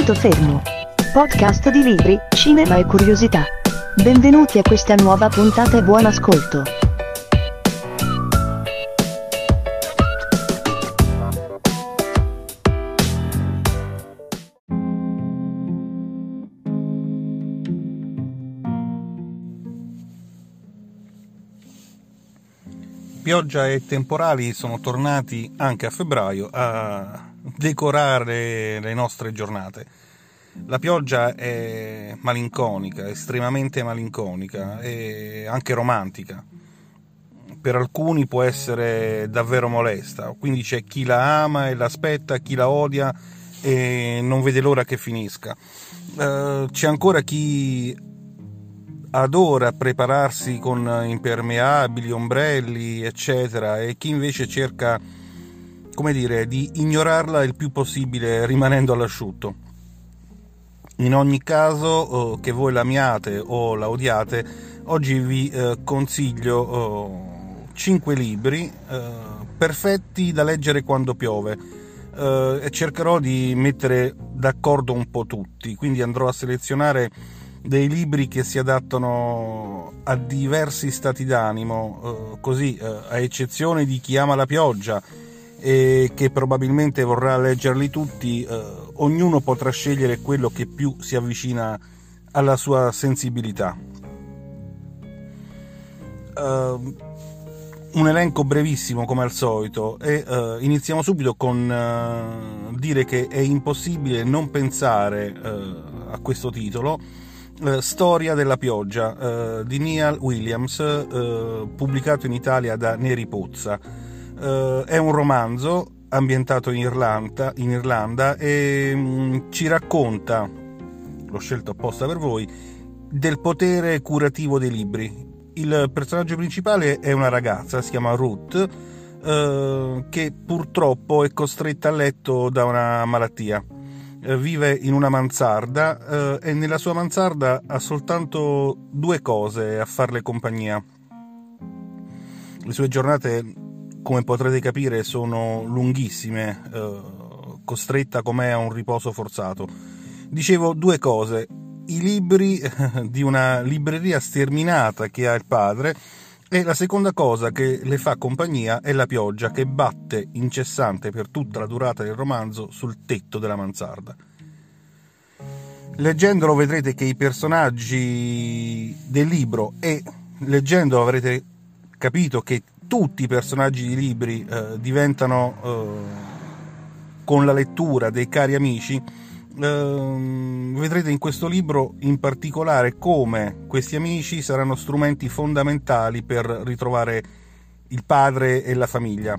Punto fermo. Podcast di libri, cinema e curiosità. Benvenuti a questa nuova puntata e buon ascolto. Pioggia e temporali sono tornati anche a febbraio a decorare le nostre giornate. La pioggia è malinconica, estremamente malinconica e anche romantica. Per alcuni può essere davvero molesta, quindi c'è chi la ama e l'aspetta, chi la odia e non vede l'ora che finisca. C'è ancora chi adora prepararsi con impermeabili, ombrelli, eccetera, e chi invece cerca, di ignorarla il più possibile rimanendo all'asciutto. In ogni caso, che voi l'amiate o la odiate, oggi vi consiglio 5 libri perfetti da leggere quando piove e cercherò di mettere d'accordo un po' tutti, quindi andrò a selezionare dei libri che si adattano a diversi stati d'animo, a eccezione di chi ama la pioggia e che probabilmente vorrà leggerli tutti, ognuno potrà scegliere quello che più si avvicina alla sua sensibilità. Un elenco brevissimo come al solito e iniziamo subito con dire che è impossibile non pensare a questo titolo. Storia della pioggia di Neal Williams, pubblicato in Italia da Neri Pozza. È un romanzo ambientato in Irlanda e ci racconta, l'ho scelto apposta per voi, del potere curativo dei libri. Il personaggio principale è una ragazza, si chiama Ruth, che purtroppo è costretta a letto da una malattia. Vive in una mansarda e nella sua mansarda ha soltanto 2 cose a farle compagnia. Le sue giornate, come potrete capire, sono lunghissime, costretta com'è a un riposo forzato. Dicevo 2 cose: i libri di una libreria sterminata che ha il padre, e la seconda cosa che le fa compagnia è la pioggia che batte incessante per tutta la durata del romanzo sul tetto della mansarda. Legendolo vedrete che i personaggi del libro, e leggendolo avrete capito che tutti i personaggi di libri diventano con la lettura dei cari amici. Vedrete in questo libro in particolare come questi amici saranno strumenti fondamentali per ritrovare il padre e la famiglia.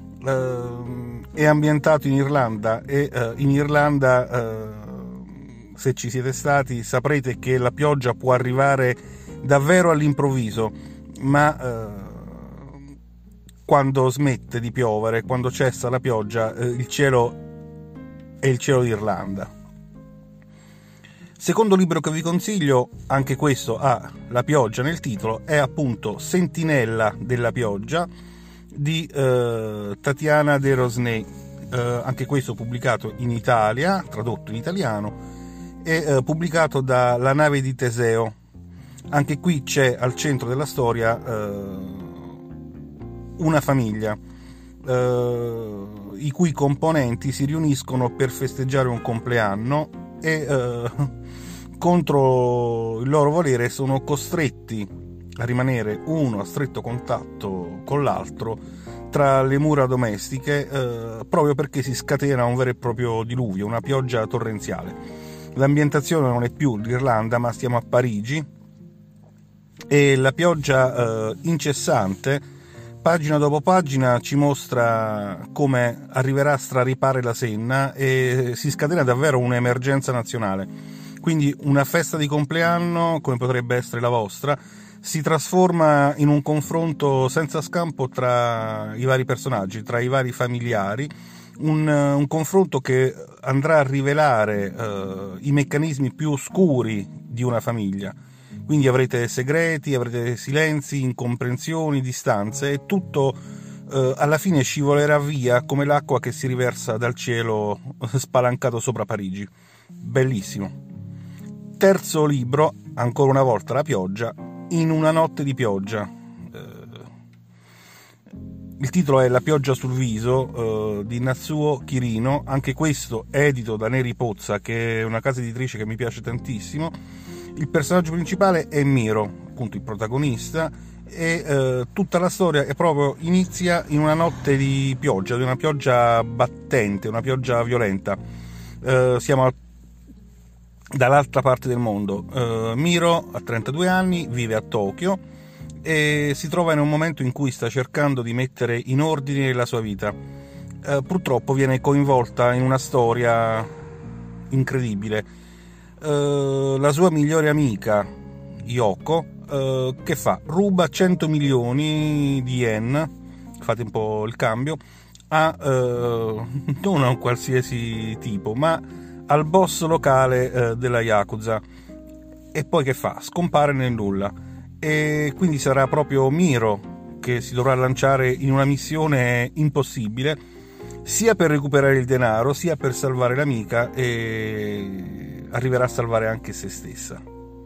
È ambientato in Irlanda e in Irlanda, se ci siete stati, saprete che la pioggia può arrivare davvero all'improvviso, ma quando smette di piovere, quando cessa la pioggia, il cielo è il cielo d'Irlanda. Secondo libro che vi consiglio, anche questo ha la pioggia nel titolo, è appunto Sentinella della pioggia di Tatiana De Rosnay, anche questo pubblicato in Italia, tradotto in italiano, e pubblicato da La nave di Teseo. Anche qui c'è al centro della storia una famiglia i cui componenti si riuniscono per festeggiare un compleanno e contro il loro volere sono costretti a rimanere uno a stretto contatto con l'altro tra le mura domestiche, proprio perché si scatena un vero e proprio diluvio, una pioggia torrenziale. L'ambientazione non è più l'Irlanda, ma stiamo a Parigi, e la pioggia incessante, pagina dopo pagina, ci mostra come arriverà a straripare la Senna e si scatena davvero un'emergenza nazionale. Quindi una festa di compleanno, come potrebbe essere la vostra, si trasforma in un confronto senza scampo tra i vari personaggi, tra i vari familiari, un confronto che andrà a rivelare i meccanismi più oscuri di una famiglia. Quindi avrete segreti, avrete silenzi, incomprensioni, distanze, e tutto alla fine scivolerà via come l'acqua che si riversa dal cielo spalancato sopra Parigi. bellissimo. Terzo libro, ancora una volta la pioggia, In una notte di pioggia. Il titolo è La pioggia sul viso, di Natsuo Kirino, anche questo edito da Neri Pozza, che è una casa editrice che mi piace tantissimo. Il personaggio principale è Miro, appunto il protagonista, e tutta la storia inizia in una notte di pioggia, di una pioggia battente, una pioggia violenta. Siamo dall'altra parte del mondo. Miro ha 32 anni, vive a Tokyo e si trova in un momento in cui sta cercando di mettere in ordine la sua vita. Purtroppo viene coinvolta in una storia incredibile. La sua migliore amica, Yoko, che fa? Ruba 100 milioni di yen, fate un po' il cambio, non a un qualsiasi tipo, ma al boss locale della Yakuza, e poi che fa? Scompare nel nulla, e quindi sarà proprio Miro che si dovrà lanciare in una missione impossibile, sia per recuperare il denaro, sia per salvare l'amica, e arriverà a salvare anche se stessa.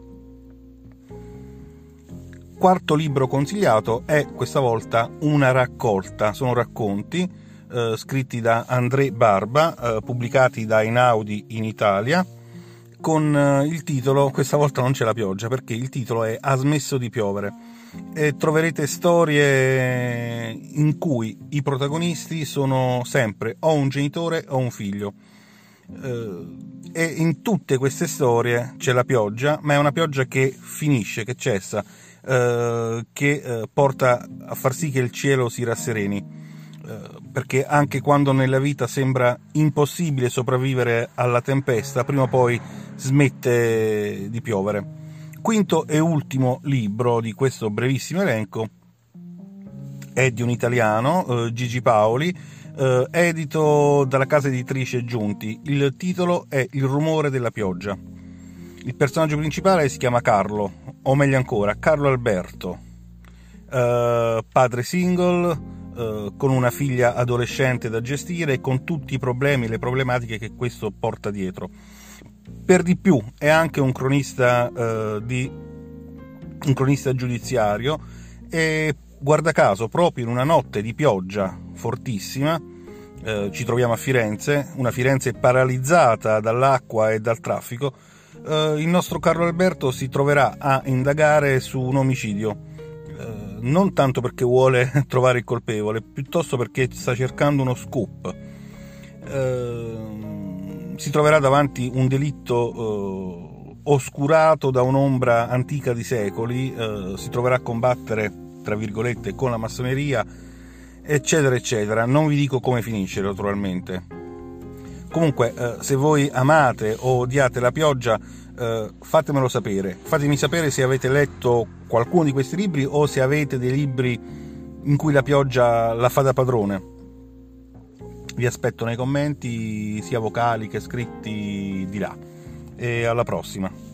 Quarto libro consigliato è questa volta una raccolta, sono racconti scritti da André Barba, pubblicati da Einaudi in Italia, con il titolo, questa volta non c'è la pioggia perché il titolo è Ha smesso di piovere, e troverete storie in cui i protagonisti sono sempre o un genitore o un figlio, e in tutte queste storie c'è la pioggia, ma è una pioggia che finisce, che cessa, che porta a far sì che il cielo si rassereni, perché anche quando nella vita sembra impossibile sopravvivere alla tempesta, prima o poi smette di piovere. Quinto e ultimo libro di questo brevissimo elenco è di un italiano, Gigi Paoli, edito dalla casa editrice Giunti. Il titolo è Il rumore della pioggia. Il personaggio principale si chiama Carlo, o meglio ancora Carlo Alberto, padre single, con una figlia adolescente da gestire e con tutti i problemi e le problematiche che questo porta dietro. Per di più è anche un cronista giudiziario, e guarda caso proprio in una notte di pioggia fortissima ci troviamo a Firenze, una Firenze paralizzata dall'acqua e dal traffico. Il nostro Carlo Alberto si troverà a indagare su un omicidio, non tanto perché vuole trovare il colpevole, piuttosto perché sta cercando uno scoop. Si troverà davanti un delitto oscurato da un'ombra antica di secoli, si troverà a combattere, tra virgolette, con la massoneria, eccetera eccetera. Non vi dico come finisce, naturalmente. Comunque, se voi amate o odiate la pioggia, fatemelo sapere. Fatemi sapere se avete letto qualcuno di questi libri o se avete dei libri in cui la pioggia la fa da padrone. Vi aspetto nei commenti, sia vocali che scritti, di là. E alla prossima.